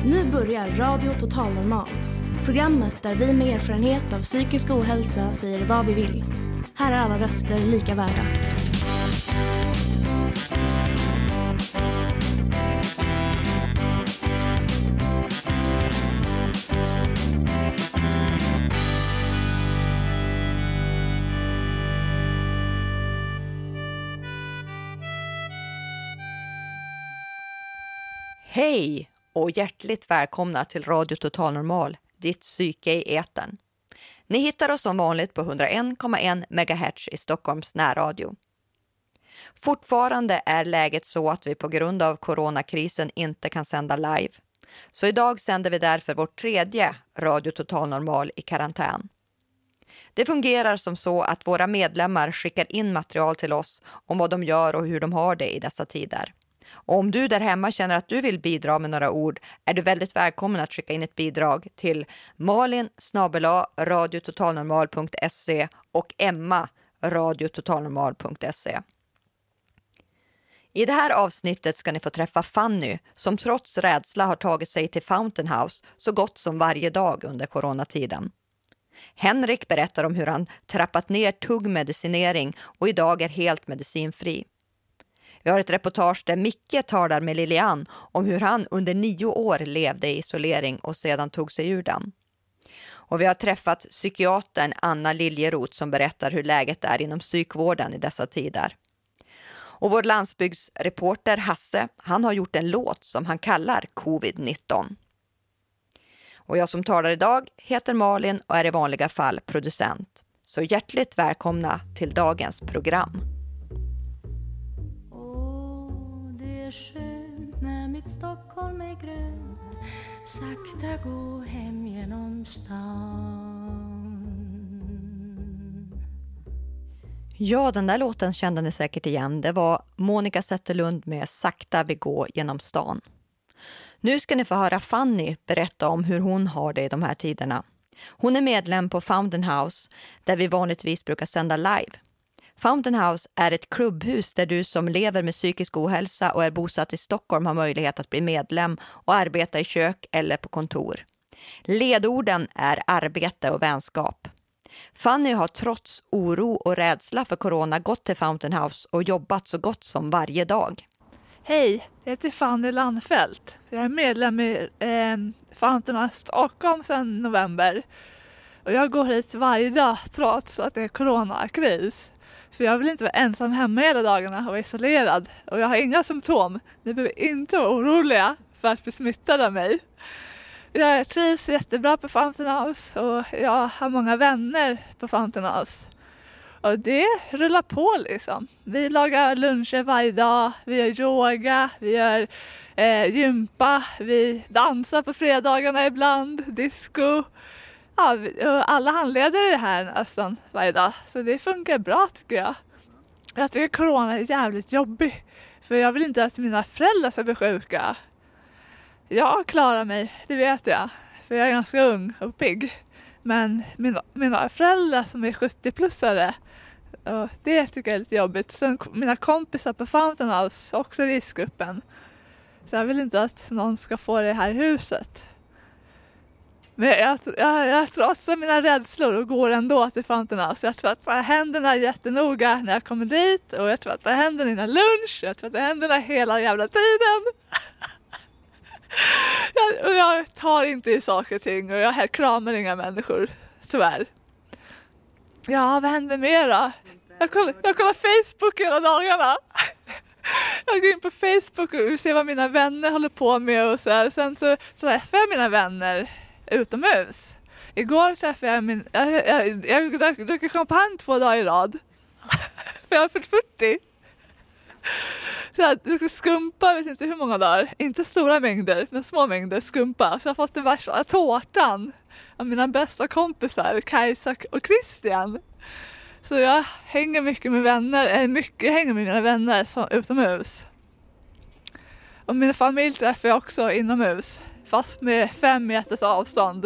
Nu börjar Radio Total Normal. Programmet där vi med erfarenhet av psykisk ohälsa säger vad vi vill. Här är alla röster lika värda. Hej och hjärtligt välkomna till Radio Total Normal, ditt psyke i etern. Ni hittar oss som vanligt på 101,1 MHz i Stockholms närradio. Fortfarande är läget så att vi på grund av coronakrisen inte kan sända live. Så idag sänder vi därför vårt tredje Radio Total Normal i karantän. Det fungerar som så att våra medlemmar skickar in material till oss om vad de gör och hur de har det i dessa tider. Och om du där hemma känner att du vill bidra med några ord är du väldigt välkommen att skicka in ett bidrag till malin@radiototalnormal.se och emma@radiototalnormal.se. I det här avsnittet ska ni få träffa Fanny som trots rädsla har tagit sig till Fountain House så gott som varje dag under coronatiden. Henrik berättar om hur han trappat ner tuggmedicinering och idag är helt medicinfri. Vi har ett reportage där Micke talar med Lilian om hur han under 9 år levde i isolering och sedan tog sig ur den. Och vi har träffat psykiatern Anna Liljeroth som berättar hur läget är inom psykvården i dessa tider. Och vår landsbygdsreporter Hasse, han har gjort en låt som han kallar Covid-19. Och jag som talar idag heter Malin och är i vanliga fall producent. Så hjärtligt välkomna till dagens program. Skönt när mitt Stockholm är grönt, sakta gå hem genom stan. Ja, den där låten kände ni säkert igen. Det var Monica Zetterlund med Sakta vi gå genom stan. Nu ska ni få höra Fanny berätta om hur hon har det i de här tiderna. Hon är medlem på Fountain House där vi vanligtvis brukar sända live. Fountain House är ett klubbhus där du som lever med psykisk ohälsa och är bosatt i Stockholm har möjlighet att bli medlem och arbeta i kök eller på kontor. Ledorden är arbete och vänskap. Fanny har trots oro och rädsla för corona gått till Fountain House och jobbat så gott som varje dag. Hej, jag heter Fanny Landfelt. Jag är medlem i Fountain House Stockholm sedan november. Och jag går hit varje dag trots att det är coronakris. För jag vill inte vara ensam hemma hela dagarna och vara isolerad. Och jag har inga symptom. Ni behöver inte vara oroliga för att bli smittad av mig. Jag trivs jättebra på Fountain House och jag har många vänner på Fountain House. Och det rullar på liksom. Vi lagar luncher varje dag, vi gör yoga, vi gör gympa, vi dansar på fredagarna ibland, disco. Ja, alla handleder det här nästan varje dag. Så det funkar bra tycker jag. Jag tycker corona är jävligt jobbig. För jag vill inte att mina föräldrar ska bli sjuka. Jag klarar mig, det vet jag. För jag är ganska ung och pigg. Men mina föräldrar som är 70-plussare. Och det tycker jag är lite jobbigt. Sen mina kompisar på Fountain House också i riskgruppen. Så jag vill inte att någon ska få det här i huset. Men jag trotsar mina rädslor och går ändå till Fountain House. Jag tvättar händerna jättenoga när jag kommer dit. Och jag tvättar händerna innan lunch. Jag tvättar händerna hela jävla tiden. Jag tar inte i saker och ting. Och jag kramar inga människor, tyvärr. Ja, vad händer mer då? Jag kollar Facebook hela dagarna. Jag går in på Facebook och ser vad mina vänner håller på med. Och så här. Sen så träffar jag mina vänner utomhus. Igår träffade jag jag drack champagne 2 dagar i rad. För jag har fyllt 40. Så jag drack skumpa, vet inte hur många dagar. Inte stora mängder, men små mängder skumpa. Så jag har fått den värsta tårtan av mina bästa kompisar, Kajsa och Christian. Så jag hänger mycket med vänner, jag hänger med mina vänner utomhus. Och min familj träffar jag också inomhus. Fast med 5 meters avstånd.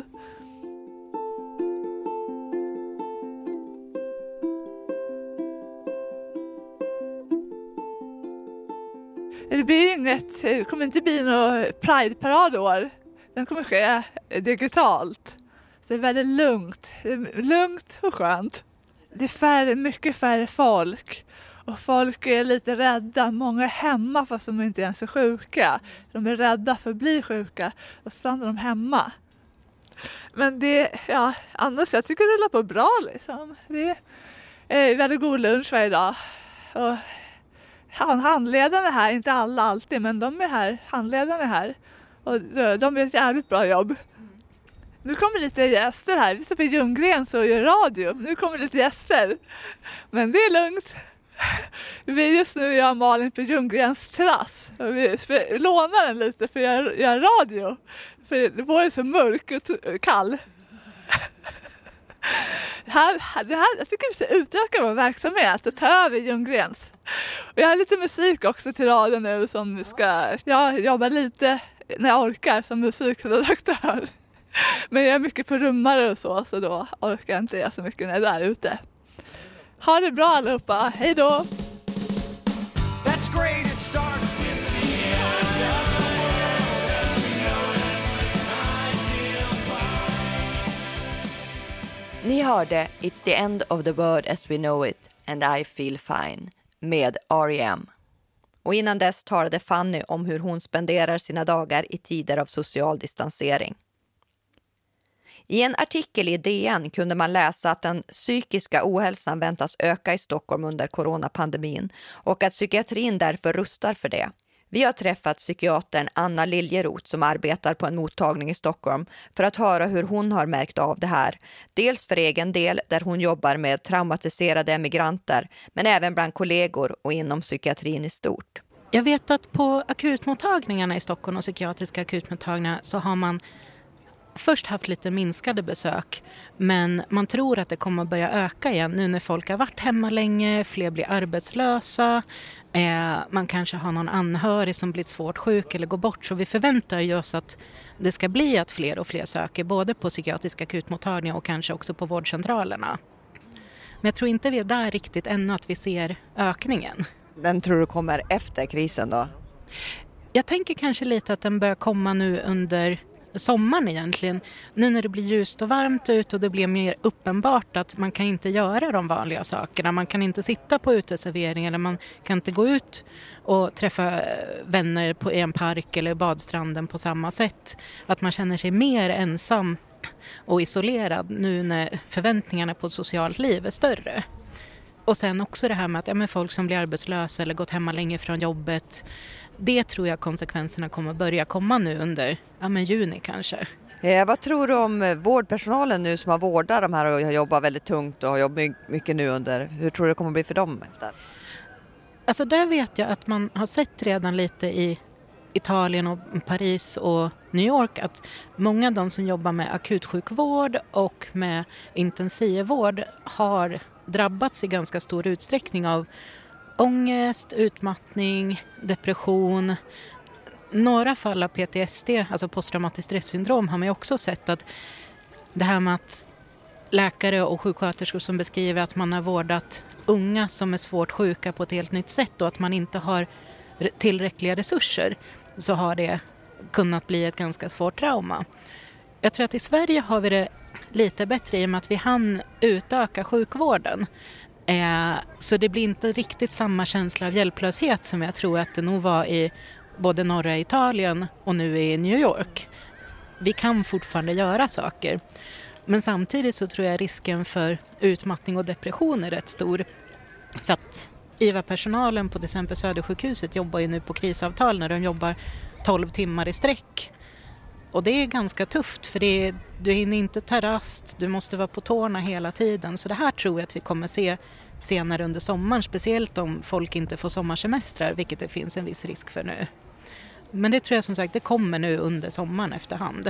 Det kommer inte bli någon Pride-parad år. Den kommer ske digitalt. Så det är väldigt lugnt och skönt. Det är mycket färre folk. Och folk är lite rädda. Många är hemma fast de inte ens är sjuka. De är rädda för att bli sjuka. Och stannar de hemma. Men annars jag tycker det rullar på bra liksom. Det är väldigt god lunch varje dag. Och handledarna här, inte alla alltid, men de är här. Handledarna är här. Och de gör ett jävligt bra jobb. Nu kommer lite gäster här. Vi står på Ljunggrens och gör radio. Nu kommer lite gäster. Men det är lugnt. Vi just nu gör Malin på Ljunggrens terrass. Och vi lånar den lite för att göra radio. För det var så mörk och kall. Jag tycker vi ska utöka vår verksamhet och ta över Ljunggrens. Och jag har lite musik också till radio nu som vi ska... Jag jobbar lite när jag orkar som musikredaktör. Men jag är mycket på rummare och så då orkar jag inte göra så mycket när jag är där ute. Ha det bra allihopa, hej då! That's great, it starts with the end of the world as we know it, and I feel fine. Ni hörde It's the end of the world as we know it and I feel fine med R.E.M. Och innan dess talade Fanny om hur hon spenderar sina dagar i tider av social distansering. I en artikel i DN kunde man läsa att den psykiska ohälsan väntas öka i Stockholm under coronapandemin och att psykiatrin därför rustar för det. Vi har träffat psykiatern Anna Liljeroth som arbetar på en mottagning i Stockholm för att höra hur hon har märkt av det här. Dels för egen del där hon jobbar med traumatiserade emigranter men även bland kollegor och inom psykiatrin i stort. Jag vet att på akutmottagningarna i Stockholm och psykiatriska akutmottagningar så har man först haft lite minskade besök, men man tror att det kommer att börja öka igen nu när folk har varit hemma länge, fler blir arbetslösa, man kanske har någon anhörig som blivit svårt sjuk eller går bort, så vi förväntar oss att det ska bli att fler och fler söker både på psykiatriska akutmottagningar och kanske också på vårdcentralerna. Men jag tror inte vi är där riktigt ännu att vi ser ökningen. Vem tror du kommer efter krisen då? Jag tänker kanske lite att den börjar komma nu under sommaren egentligen. Nu när det blir ljust och varmt ut och det blir mer uppenbart att man kan inte göra de vanliga sakerna. Man kan inte sitta på uteserveringar eller man kan inte gå ut och träffa vänner på en park eller badstranden på samma sätt. Att man känner sig mer ensam och isolerad nu när förväntningarna på ett socialt liv är större. Och sen också det här med att folk som blir arbetslösa eller gått hemma länge från jobbet. Det tror jag konsekvenserna kommer börja komma nu under juni kanske. Vad tror du om vårdpersonalen nu som har vårdat de här och har jobbat väldigt tungt och har jobbat mycket nu under? Hur tror du det kommer bli för dem efter? Alltså där vet jag att man har sett redan lite i Italien och Paris och New York att många av de som jobbar med akutsjukvård och med intensivvård har drabbats i ganska stor utsträckning av ångest, utmattning, depression. Några fall av PTSD, alltså posttraumatiskt stresssyndrom, har man också sett att det här med att läkare och sjuksköterskor som beskriver att man har vårdat unga som är svårt sjuka på ett helt nytt sätt och att man inte har tillräckliga resurser, så har det kunnat bli ett ganska svårt trauma. Jag tror att i Sverige har vi det lite bättre i och med att vi hann utöka sjukvården. Så det blir inte riktigt samma känsla av hjälplöshet som jag tror att det nog var i både norra Italien och nu i New York. Vi kan fortfarande göra saker. Men samtidigt så tror jag risken för utmattning och depression är rätt stor. För att IVA-personalen på till exempel Södersjukhuset jobbar ju nu på krisavtal när de jobbar 12 timmar i sträck. Och det är ganska tufft för du hinner inte ta rast, du måste vara på tårna hela tiden. Så det här tror jag att vi kommer se senare under sommaren, speciellt om folk inte får sommarsemestrar, vilket det finns en viss risk för nu. Men det tror jag som sagt, det kommer nu under sommaren efterhand.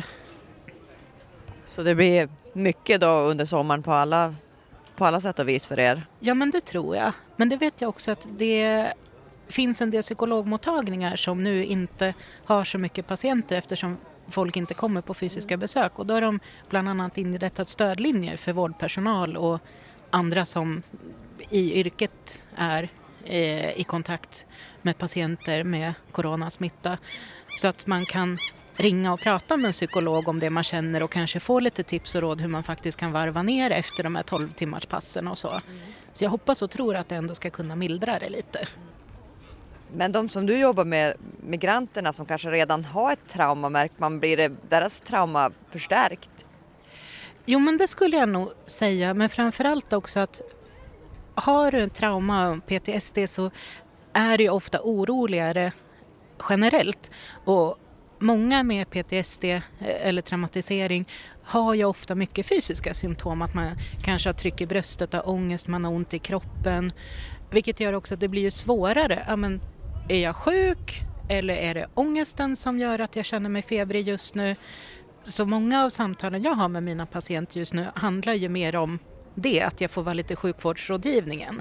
Så det blir mycket då under sommaren på alla sätt och vis för er? Ja, men det tror jag. Men det vet jag också att det finns en del psykologmottagningar som nu inte har så mycket patienter eftersom folk inte kommer på fysiska besök. Och då har de bland annat inrättat stödlinjer för vårdpersonal och andra som i yrket är i kontakt med patienter med coronasmitta. Så att man kan ringa och prata med en psykolog om det man känner och kanske få lite tips och råd hur man faktiskt kan varva ner efter de här 12 timmars passen och så. Så jag hoppas och tror att det ändå ska kunna mildra det lite. Men de som du jobbar med, migranterna som kanske redan har ett trauma, märker man, blir det deras trauma förstärkt? Jo, men det skulle jag nog säga, men framförallt också att har du en trauma och PTSD så är det ju ofta oroligare generellt. Och många med PTSD eller traumatisering har ju ofta mycket fysiska symptom. Att man kanske har tryck i bröstet, har ångest, man har ont i kroppen. Vilket gör också att det blir ju svårare. Ja, men är jag sjuk eller är det ångesten som gör att jag känner mig febrig just nu? Så många av samtalen jag har med mina patienter just nu handlar ju mer om det, att jag får vara lite sjukvårdsrådgivningen.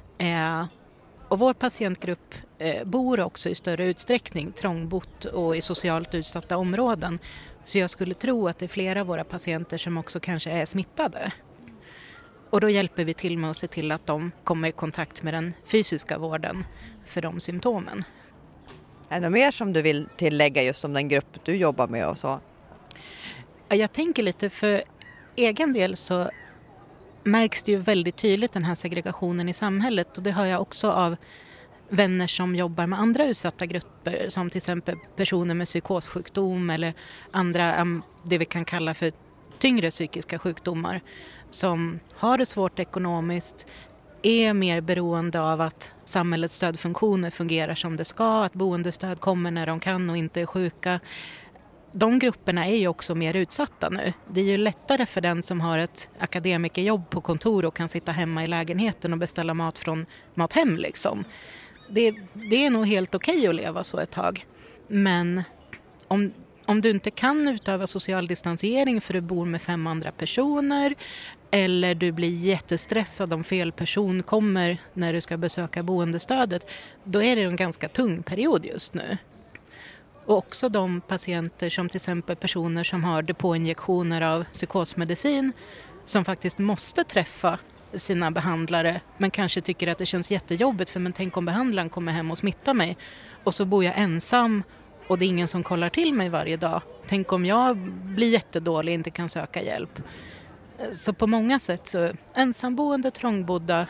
Och vår patientgrupp bor också i större utsträckning trångbott och i socialt utsatta områden. Så jag skulle tro att det är flera av våra patienter som också kanske är smittade. Och då hjälper vi till med att se till att de kommer i kontakt med den fysiska vården för de symptomen. Är det något mer som du vill tillägga just om den grupp du jobbar med och så? Jag tänker lite för egen del så märks det ju väldigt tydligt den här segregationen i samhället. Och det hör jag också av vänner som jobbar med andra utsatta grupper som till exempel personer med psykossjukdom eller andra, det vi kan kalla för tyngre psykiska sjukdomar som har det svårt ekonomiskt, är mer beroende av att samhällets stödfunktioner fungerar som det ska, att boendestöd kommer när de kan och inte är sjuka. De grupperna är ju också mer utsatta nu. Det är ju lättare för den som har ett akademikerjobb på kontor och kan sitta hemma i lägenheten och beställa mat från Mathem liksom. Det är nog helt okej att leva så ett tag. Men om du inte kan utöva social distansering för du bor med 5 andra personer eller du blir jättestressad om fel person kommer när du ska besöka boendestödet, då är det en ganska tung period just nu. Och också de patienter som till exempel personer som har depåinjektioner av psykosmedicin som faktiskt måste träffa sina behandlare men kanske tycker att det känns jättejobbigt för men tänk om behandlaren kommer hem och smittar mig och så bor jag ensam och det är ingen som kollar till mig varje dag. Tänk om jag blir jättedålig och inte kan söka hjälp. Så på många sätt så ensamboende, trångbodda,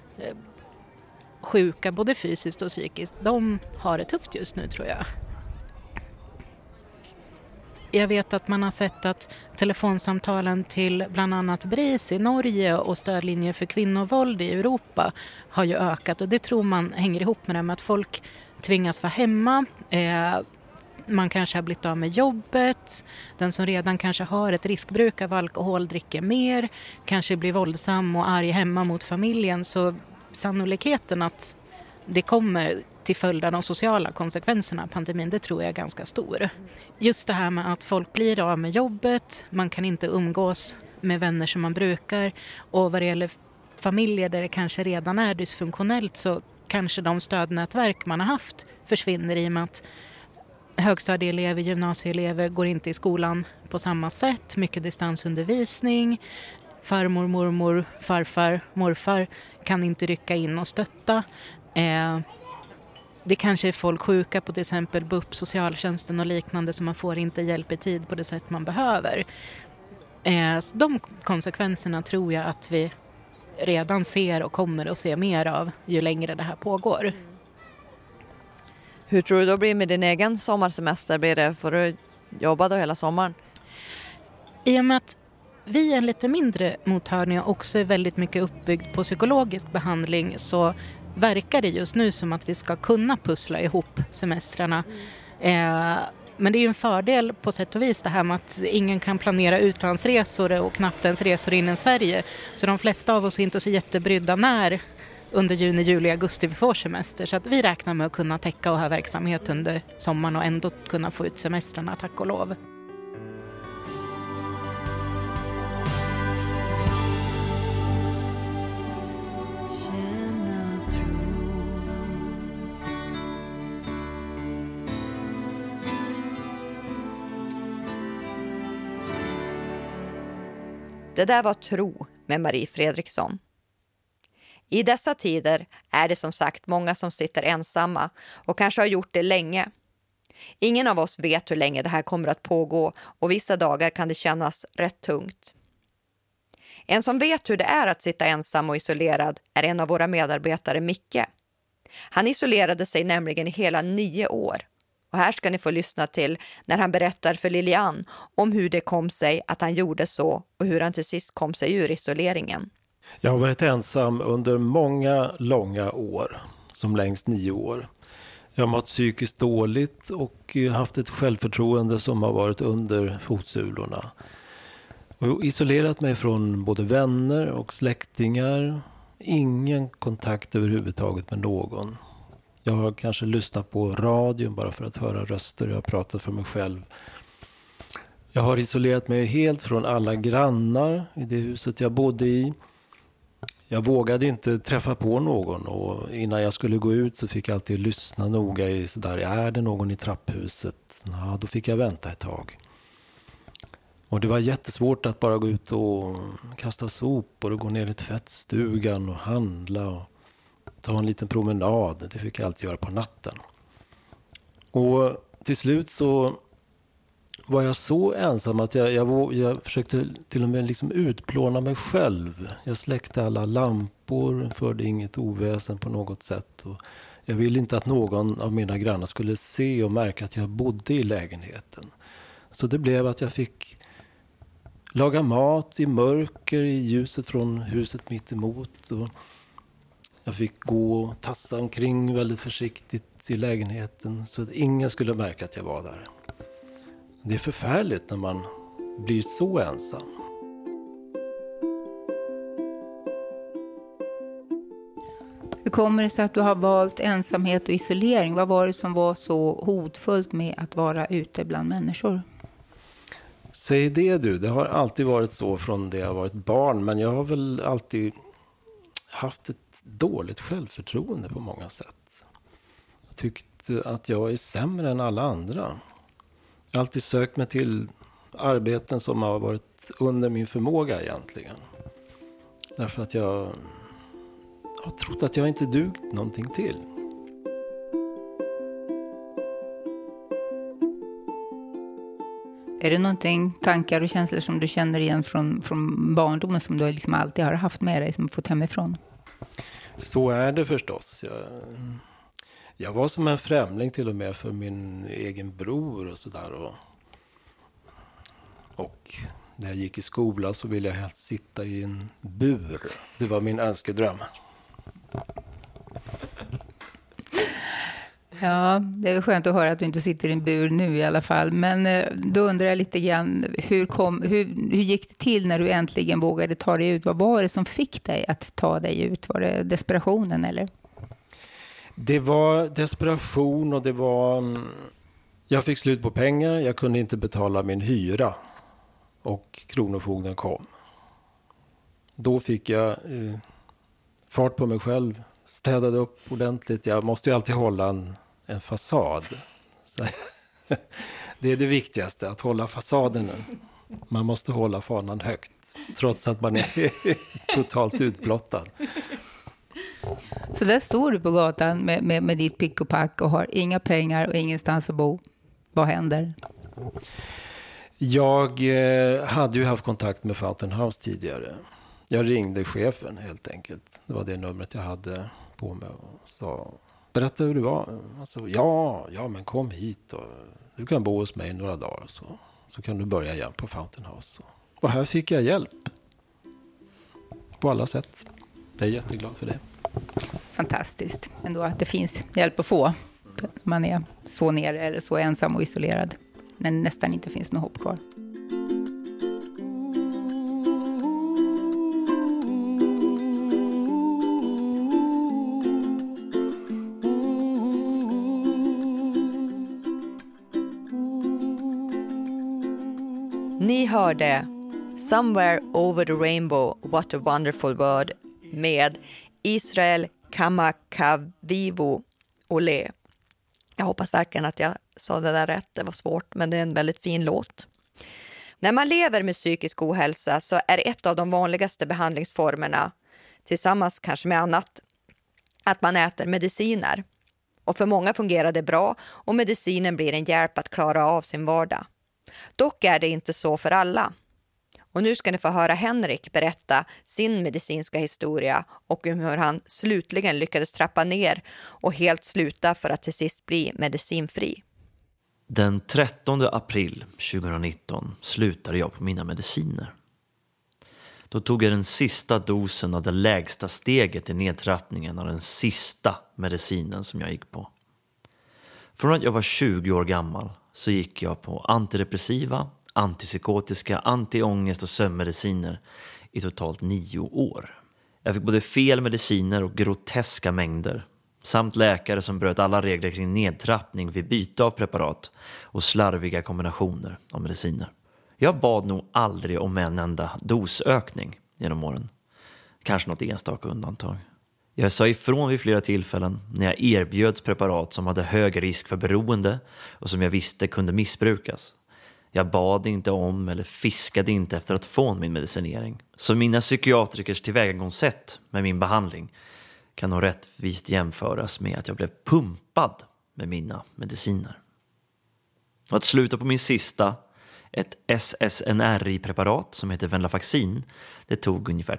sjuka både fysiskt och psykiskt, de har det tufft just nu tror jag. Jag vet att man har sett att telefonsamtalen till bland annat BRIS i Norge och stödlinjer för kvinnovåld i Europa har ju ökat. Och det tror man hänger ihop med det med att folk tvingas vara hemma. Man kanske har blivit av med jobbet. Den som redan kanske har ett riskbruk av alkohol dricker mer. Kanske blir våldsam och arg hemma mot familjen. Så sannolikheten att det kommer till följd av de sociala konsekvenserna av pandemin, det tror jag är ganska stor. Just det här med att folk blir av med jobbet, man kan inte umgås med vänner som man brukar och vad det gäller familjer där det kanske redan är dysfunktionellt så kanske de stödnätverk man har haft försvinner i och med att högstadieelever, gymnasieelever går inte i skolan på samma sätt, mycket distansundervisning, farmor, mormor, farfar, morfar kan inte rycka in och stötta. Det kanske är folk sjuka på till exempel BUP, socialtjänsten och liknande så man får inte hjälp i tid på det sätt man behöver. Så de konsekvenserna tror jag att vi redan ser och kommer att se mer av ju längre det här pågår. Hur tror du då blir med din egen sommarsemester? Får du jobba då hela sommaren? I och med att vi är en lite mindre mottagning och också är väldigt mycket uppbyggd på psykologisk behandling så verkar det just nu som att vi ska kunna pussla ihop semestrarna. Men det är ju en fördel på sätt och vis det här med att ingen kan planera utlandsresor och knappt ens resor in i Sverige. Så de flesta av oss är inte så jättebrydda när under juni, juli, augusti vi får semester. Så att vi räknar med att kunna täcka och ha verksamhet under sommaren och ändå kunna få ut semestrarna, tack och lov. Det där var Tro med Marie Fredriksson. I dessa tider är det som sagt många som sitter ensamma och kanske har gjort det länge. Ingen av oss vet hur länge det här kommer att pågå och vissa dagar kan det kännas rätt tungt. En som vet hur det är att sitta ensam och isolerad är en av våra medarbetare, Micke. Han isolerade sig nämligen i hela 9 år. Och här ska ni få lyssna till när han berättar för Lilian om hur det kom sig att han gjorde så och hur han till sist kom sig ur isoleringen. Jag har varit ensam under många långa år, som längst 9 år. Jag har mått psykiskt dåligt och haft ett självförtroende som har varit under fotsulorna. Och isolerat mig från både vänner och släktingar. Ingen kontakt överhuvudtaget med någon. Jag har kanske lyssnat på radion bara för att höra röster. Jag har pratat för mig själv. Jag har isolerat mig helt från alla grannar i det huset jag bodde i. Jag vågade inte träffa på någon och innan jag skulle gå ut så fick jag alltid lyssna noga i sådär, är det någon i trapphuset? Ja, då fick jag vänta ett tag. Och det var jättesvårt att bara gå ut och kasta sopor och gå ner i tvättstugan och handla och ta en liten promenad. Det fick jag alltid göra på natten. Och till slut så var jag så ensam att jag försökte till och med liksom utplåna mig själv. Jag släckte alla lampor, förde inget oväsen på något sätt. Och jag ville inte att någon av mina grannar skulle se och märka att jag bodde i lägenheten. Så det blev att jag fick laga mat i mörker i ljuset från huset mitt emot. Och jag fick gå och tassa omkring väldigt försiktigt i lägenheten så att ingen skulle märka att jag var där. Det är förfärligt när man blir så ensam. Hur kommer det sig att du har valt ensamhet och isolering? Vad var det som var så hotfullt med att vara ute bland människor? Säg det du, det har alltid varit så från det jag varit barn. Men jag har väl alltid haft ett dåligt självförtroende på många sätt. Jag tyckte att jag är sämre än alla andra. Jag har alltid sökt mig till arbeten som har varit under min förmåga egentligen. Därför att jag har trott att jag inte dugt någonting till. Är det någonting, tankar och känslor som du känner igen från barndomen som du liksom alltid har haft med dig, som fått hemifrån? Så är det förstås. Jag var som en främling till och med för min egen bror och sådär. Och när jag gick i skola så ville jag helst sitta i en bur. Det var min önskedröm. Ja, det är skönt att höra att du inte sitter i en bur nu i alla fall. Men då undrar jag lite grann, hur gick det till när du äntligen vågade ta dig ut? Vad var det som fick dig att ta dig ut? Var det desperationen eller? Det var desperation och det var... Jag fick slut på pengar, jag kunde inte betala min hyra. Och kronofogden kom. Då fick jag fart på mig själv. Städade upp ordentligt. Jag måste ju alltid hålla en fasad. Så, det är det viktigaste, att hålla fasaden. Man måste hålla fanan högt. Trots att man är totalt utblottad. Så där står du på gatan med ditt pick och pack och har inga pengar och ingenstans att bo. Vad händer? Jag hade ju haft kontakt med Fountain House tidigare. Jag ringde chefen helt enkelt. Det var det numret jag hade på mig och sa, berätta hur det var. Alltså, ja men kom hit och du kan bo hos mig några dagar så kan du börja igen på Fountain House. Och här fick jag hjälp. På alla sätt. Jag är jätteglad för det. Fantastiskt ändå att det finns hjälp att få. Man är så nere eller så ensam och isolerad. När det nästan inte finns något hopp kvar. Ni hörde Somewhere Over the Rainbow, What a Wonderful World med Israel Kamakawiwo Ole. Jag hoppas verkligen att jag sa det där rätt, det var svårt, men det är en väldigt fin låt. När man lever med psykisk ohälsa så är ett av de vanligaste behandlingsformerna, tillsammans kanske med annat, att man äter mediciner. Och för många fungerar det bra och medicinen blir en hjälp att klara av sin vardag. Dock är det inte så för alla. Och nu ska ni få höra Henrik berätta sin medicinska historia och om hur han slutligen lyckades trappa ner och helt sluta för att till sist bli medicinfri. Den 13 april 2019 slutade jag på mina mediciner. Då tog jag den sista dosen av det lägsta steget i nedtrappningen av den sista medicinen som jag gick på. Från att jag var 20 år gammal så gick jag på antidepressiva, antipsykotiska, antiångest och sömnmediciner i totalt 9 år. Jag fick både fel mediciner och groteska mängder, samt läkare som bröt alla regler kring nedtrappning vid byte av preparat och slarviga kombinationer av mediciner. Jag bad nog aldrig om en enda dosökning genom åren. Kanske något enstaka undantag. Jag sa ifrån vid flera tillfällen när jag erbjöds preparat som hade hög risk för beroende och som jag visste kunde missbrukas. Jag bad inte om eller fiskade inte efter att få min medicinering. Så mina psykiatrikers tillvägagångssätt med min behandling kan nog rättvist jämföras med att jag blev pumpad med mina mediciner. Och att sluta på min sista, ett SSNRI-preparat som heter Venlafaxin, det tog ungefär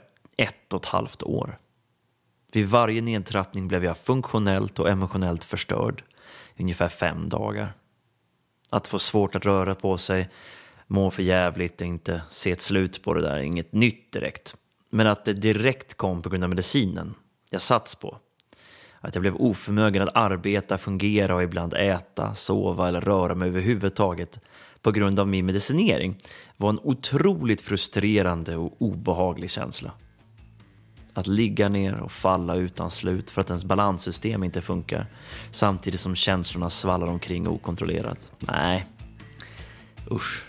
1,5 år. Vid varje nedtrappning blev jag funktionellt och emotionellt förstörd i ungefär 5 dagar. Att få svårt att röra på sig, må för jävligt och inte se ett slut på det där är inget nytt direkt. Men att det direkt kom på grund av medicinen jag sats på. Att jag blev oförmögen att arbeta, fungera och ibland äta, sova eller röra mig överhuvudtaget på grund av min medicinering var en otroligt frustrerande och obehaglig känsla. Att ligga ner och falla utan slut för att ens balanssystem inte funkar samtidigt som känslorna svallar omkring okontrollerat. Nej, usch.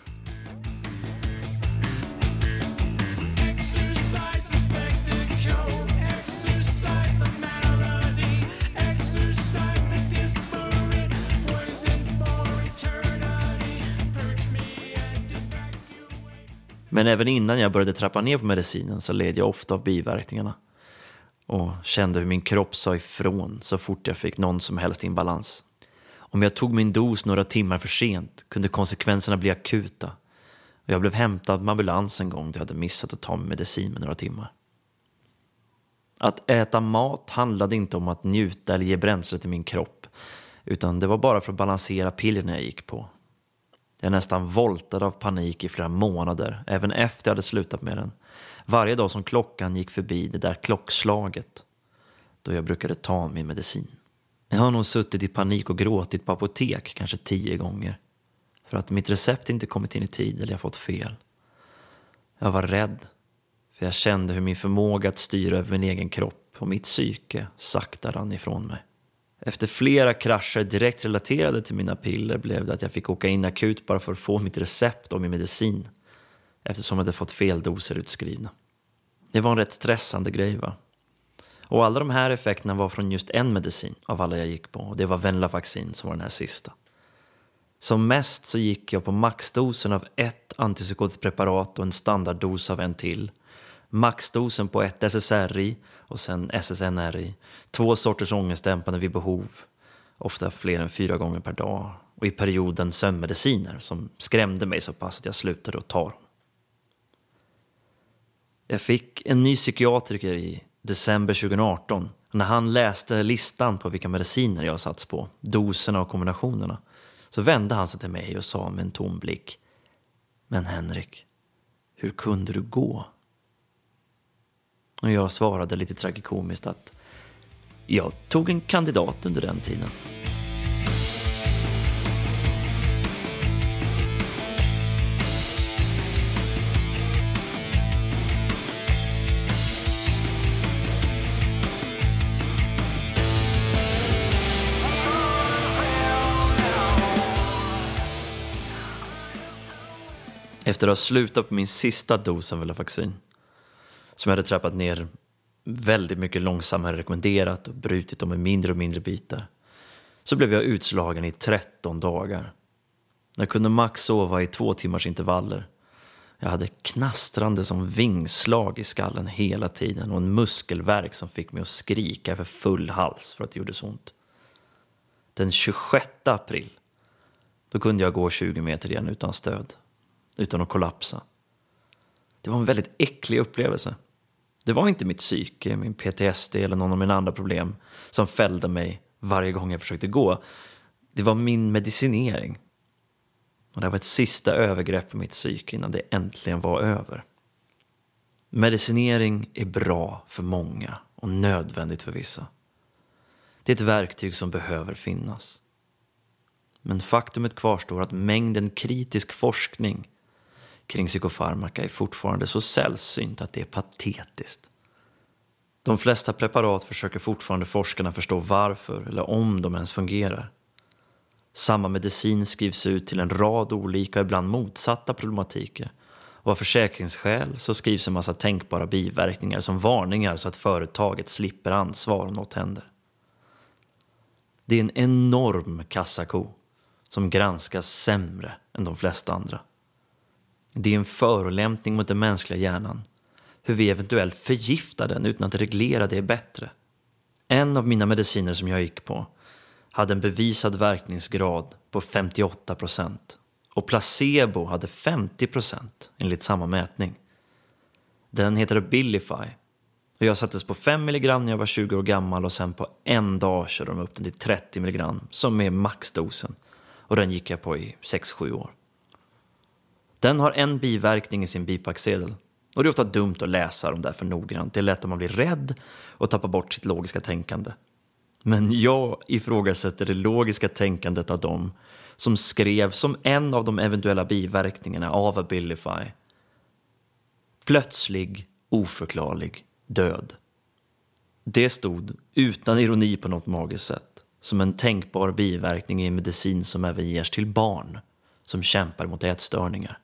Men även innan jag började trappa ner på medicinen så led jag ofta av biverkningarna. Och kände hur min kropp sa ifrån så fort jag fick någon som helst imbalans. Om jag tog min dos några timmar för sent kunde konsekvenserna bli akuta. Och jag blev hämtad med ambulans en gång då jag hade missat att ta min medicin med några timmar. Att äta mat handlade inte om att njuta eller ge bränsle till min kropp. Utan det var bara för att balansera pillerna jag gick på. Jag nästan voltade av panik i flera månader, även efter jag hade slutat med den. Varje dag som klockan gick förbi det där klockslaget, då jag brukade ta min medicin. Jag har nog suttit i panik och gråtit på apotek kanske 10 gånger. För att mitt recept inte kommit in i tid eller jag fått fel. Jag var rädd, för jag kände hur min förmåga att styra över min egen kropp och mitt psyke sakta rann ifrån mig. Efter flera krascher direkt relaterade till mina piller blev det att jag fick åka in akut bara för att få mitt recept och min medicin. Eftersom jag hade fått fel doser utskrivna. Det var en rätt stressande grej, va? Och alla de här effekterna var från just en medicin av alla jag gick på. Och det var Venlafaxin som var den här sista. Som mest så gick jag på maxdosen av ett antipsykotiskt preparat och en standarddos av en till. Maxdosen på ett SSRI och sen SSNRI. 2 sorters ångestdämpande vid behov. Ofta fler än 4 gånger per dag. Och i perioden sömnmediciner som skrämde mig så pass att jag slutade att ta dem. Jag fick en ny psykiatriker i december 2018. När han läste listan på vilka mediciner jag satts på, doserna och kombinationerna, så vände han sig till mig och sa med en tom blick: "Men Henrik, hur kunde du gå?" Och jag svarade lite tragikomiskt att jag tog en kandidat under den tiden. Efter att ha slutat på min sista dos av Venlafaxin, som jag hade trappat ner väldigt mycket långsammare rekommenderat och brutit dem med mindre och mindre bitar, så blev jag utslagen i 13 dagar. Jag kunde max sova i 2 timmars intervaller. Jag hade knastrande som vingslag i skallen hela tiden och en muskelvärk som fick mig att skrika för full hals för att det gjorde så ont. Den 26 april, då kunde jag gå 20 meter igen utan stöd, utan att kollapsa. Det var en väldigt äcklig upplevelse. Det var inte mitt psyke, min PTSD eller någon av mina andra problem som fällde mig varje gång jag försökte gå. Det var min medicinering. Och det var ett sista övergrepp på mitt psyke innan det äntligen var över. Medicinering är bra för många och nödvändigt för vissa. Det är ett verktyg som behöver finnas. Men faktumet kvarstår att mängden kritisk forskning kring psykofarmaka är fortfarande så sällsynt att det är patetiskt. De flesta preparat försöker fortfarande forskarna förstå varför eller om de ens fungerar. Samma medicin skrivs ut till en rad olika, ibland motsatta problematiker. Och av försäkringsskäl så skrivs en massa tänkbara biverkningar som varningar så att företaget slipper ansvar om något händer. Det är en enorm kassako som granskas sämre än de flesta andra. Det är en förolämpning mot den mänskliga hjärnan. Hur vi eventuellt förgiftar den utan att reglera det bättre. En av mina mediciner som jag gick på hade en bevisad verkningsgrad på 58%. Och placebo hade 50% enligt samma mätning. Den heter Abilify. Och jag sattes på 5 mg när jag var 20 år gammal och sen på en dag körde de upp den till 30 mg som är maxdosen. Och den gick jag på i 6-7 år. Den har en biverkning i sin bipacksedel. Och det är ofta dumt att läsa dem där för noggrant. Det är lätt om man blir rädd och tappar bort sitt logiska tänkande. Men jag ifrågasätter det logiska tänkandet av dem som skrev som en av de eventuella biverkningarna av Abilify: plötslig, oförklarlig död. Det stod, utan ironi på något magiskt sätt, som en tänkbar biverkning i en medicin som även ges till barn som kämpar mot ätstörningar.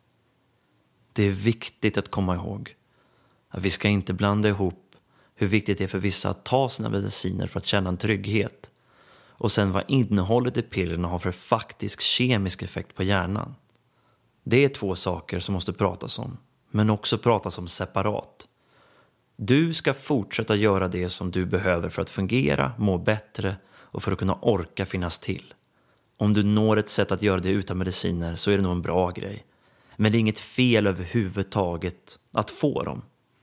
Det är viktigt att komma ihåg att vi ska inte blanda ihop hur viktigt det är för vissa att ta sina mediciner för att känna en trygghet och sen vad innehållet i pillerna har för faktisk kemisk effekt på hjärnan. Det är 2 saker som måste pratas om, men också pratas om separat. Du ska fortsätta göra det som du behöver för att fungera, må bättre och för att kunna orka finnas till. Om du når ett sätt att göra det utan mediciner så är det nog en bra grej. Men det är inget fel överhuvudtaget att få dem.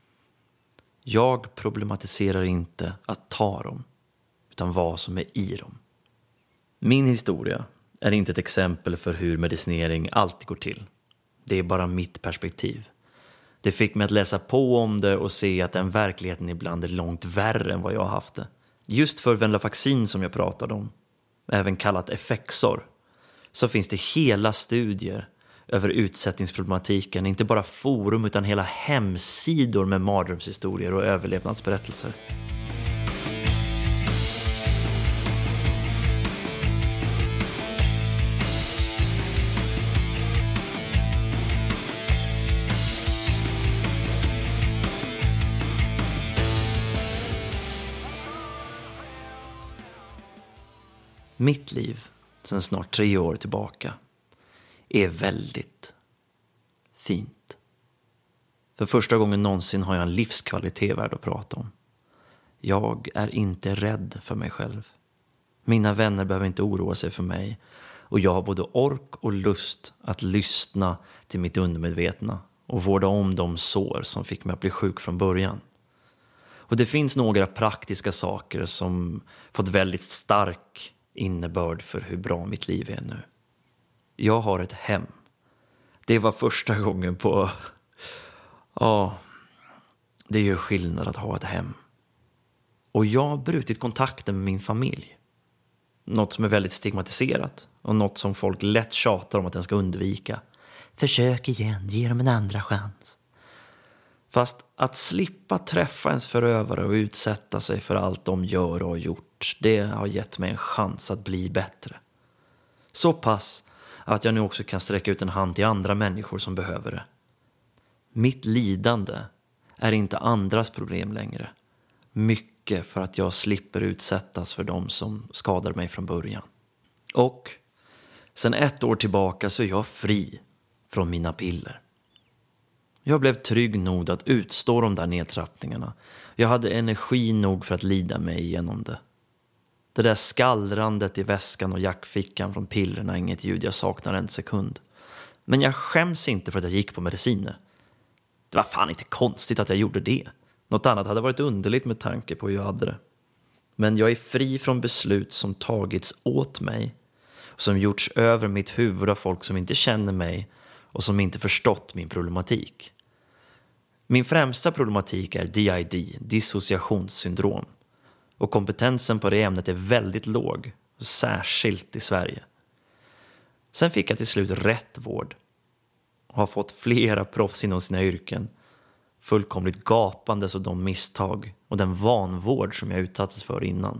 Jag problematiserar inte att ta dem, utan vad som är i dem. Min historia är inte ett exempel för hur medicinering alltid går till. Det är bara mitt perspektiv. Det fick mig att läsa på om det och se att den verkligheten ibland är långt värre än vad jag har haft det. Just för venlafaxin som jag pratade om, även kallat Effexor, så finns det hela studier över utsättningsproblematiken, inte bara forum utan hela hemsidor med mardrömshistorier och överlevnadsberättelser. Mitt liv, sedan snart 3 år tillbaka, är väldigt fint. För första gången någonsin har jag en livskvalitet värd att prata om. Jag är inte rädd för mig själv. Mina vänner behöver inte oroa sig för mig. Och jag har både ork och lust att lyssna till mitt undermedvetna och vårda om de sår som fick mig att bli sjuk från början. Och det finns några praktiska saker som fått väldigt stark innebörd för hur bra mitt liv är nu. Jag har ett hem. Det var första gången på... Ja, det gör skillnad att ha ett hem. Och jag har brutit kontakten med min familj. Något som är väldigt stigmatiserat och något som folk lätt tjatar om att den ska undvika. Försök igen, ge dem en andra chans. Fast att slippa träffa ens förövare och utsätta sig för allt de gör och har gjort, det har gett mig en chans att bli bättre. Så pass att jag nu också kan sträcka ut en hand till andra människor som behöver det. Mitt lidande är inte andras problem längre. Mycket för att jag slipper utsättas för dem som skadar mig från början. Och sen 1 år tillbaka så är jag fri från mina piller. Jag blev trygg nog att utstå de där nedtrappningarna. Jag hade energi nog för att lida mig igenom det. Det där skallrandet i väskan och jackfickan från pillerna är inget ljud jag saknar en sekund. Men jag skäms inte för att jag gick på mediciner. Det var fan inte konstigt att jag gjorde det. Något annat hade varit underligt med tanke på hur jag hade det. Men jag är fri från beslut som tagits åt mig och som gjorts över mitt huvud av folk som inte känner mig och som inte förstått min problematik. Min främsta problematik är DID, dissociationssyndrom. Och kompetensen på det ämnet är väldigt låg, särskilt i Sverige. Sen fick jag till slut rätt vård. Och har fått flera proffs inom sina yrken. Fullkomligt gapandes av de misstag och den vanvård som jag utsattes för innan.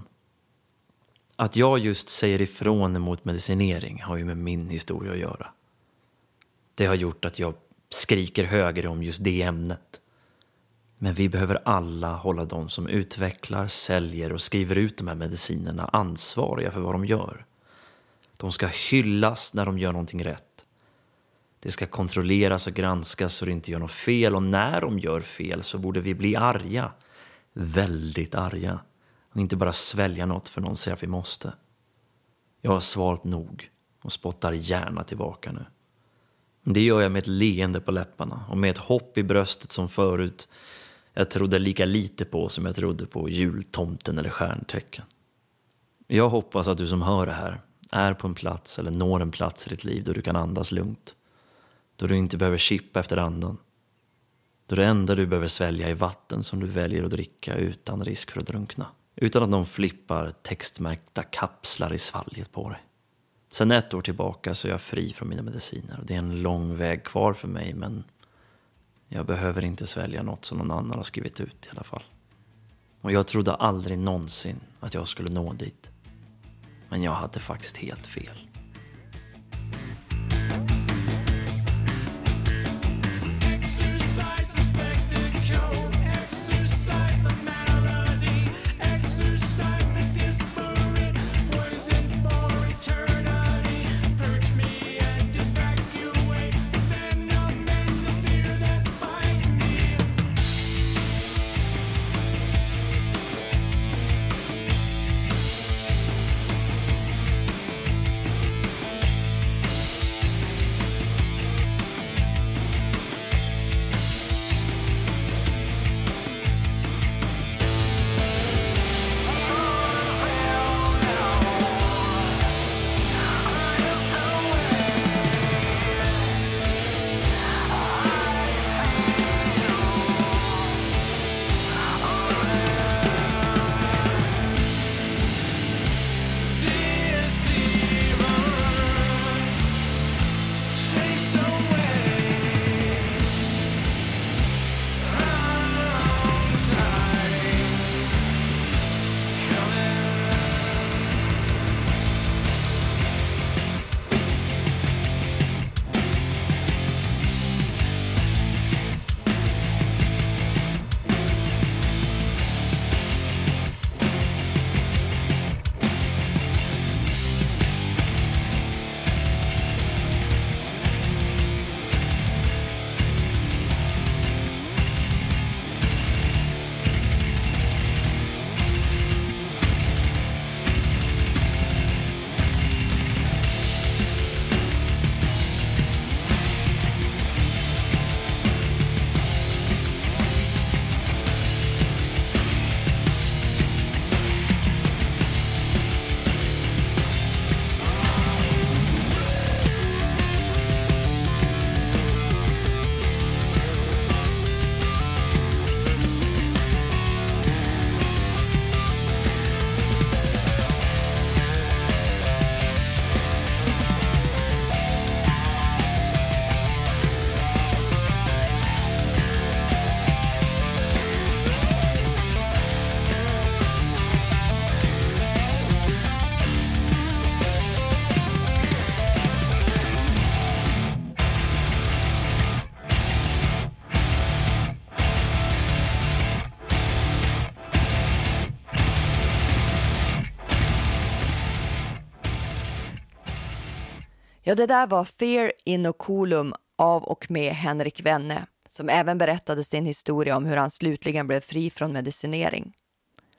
Att jag just säger ifrån emot medicinering har ju med min historia att göra. Det har gjort att jag skriker högre om just det ämnet. Men vi behöver alla hålla de som utvecklar, säljer och skriver ut de här medicinerna ansvariga för vad de gör. De ska hyllas när de gör någonting rätt. Det ska kontrolleras och granskas så det inte gör något fel. Och när de gör fel så borde vi bli arga. Väldigt arga. Och inte bara svälja något för någon säger att vi måste. Jag har svalt nog och spottar gärna tillbaka nu. Det gör jag med ett leende på läpparna och med ett hopp i bröstet som förut jag trodde lika lite på som jag trodde på jultomten eller stjärntecken. Jag hoppas att du som hör det här är på en plats eller når en plats i ditt liv då du kan andas lugnt. Då du inte behöver chippa efter andan. Då det enda du behöver svälja är vatten som du väljer att dricka utan risk för att drunkna. Utan att någon flippar textmärkta kapslar i svalget på dig. Sen 1 år tillbaka så är jag fri från mina mediciner. Det är en lång väg kvar för mig men jag behöver inte svälja något som någon annan har skrivit ut i alla fall. Och jag trodde aldrig någonsin att jag skulle nå dit. Men jag hade faktiskt helt fel. Exercise the spectacle, exercise the melody, exercise the disparate poison for eternity. Purge me and evacuate the venom and the fear that binds me. Ja, det där var Fear Inoculum av och med Henrik Wenne, som även berättade sin historia om hur han slutligen blev fri från medicinering.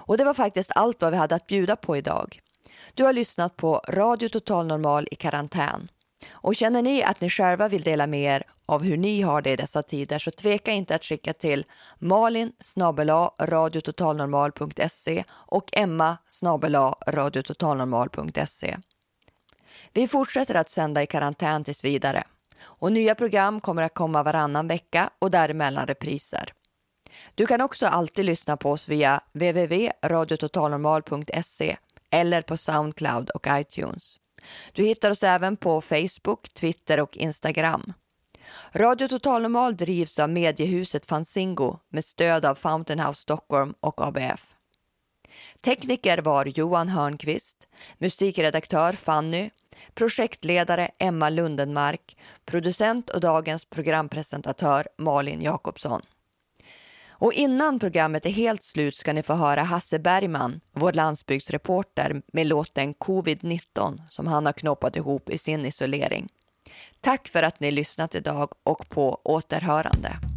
Och det var faktiskt allt vad vi hade att bjuda på idag. Du har lyssnat på Radio Total Normal i karantän. Och känner ni att ni själva vill dela med er av hur ni har det i dessa tider, så tveka inte att skicka till malin@radiototalnormal.se och emma@radiototalnormal.se. Vi fortsätter att sända i karantän tills vidare. Och nya program kommer att komma varannan vecka och däremellan repriser. Du kan också alltid lyssna på oss via www.radiototalnormal.se eller på Soundcloud och iTunes. Du hittar oss även på Facebook, Twitter och Instagram. Radio Total Normal drivs av mediehuset Fanzingo med stöd av Fountain House Stockholm och ABF. Tekniker var Johan Hörnqvist, musikredaktör Fanny, projektledare Emma Lundenmark, producent och dagens programpresentatör Malin Jakobsson. Och innan programmet är helt slut ska ni få höra Hasse Bergman, vår landsbygdsreporter, med låten Covid-19 som han har knoppat ihop i sin isolering. Tack för att ni lyssnat idag och på återhörande.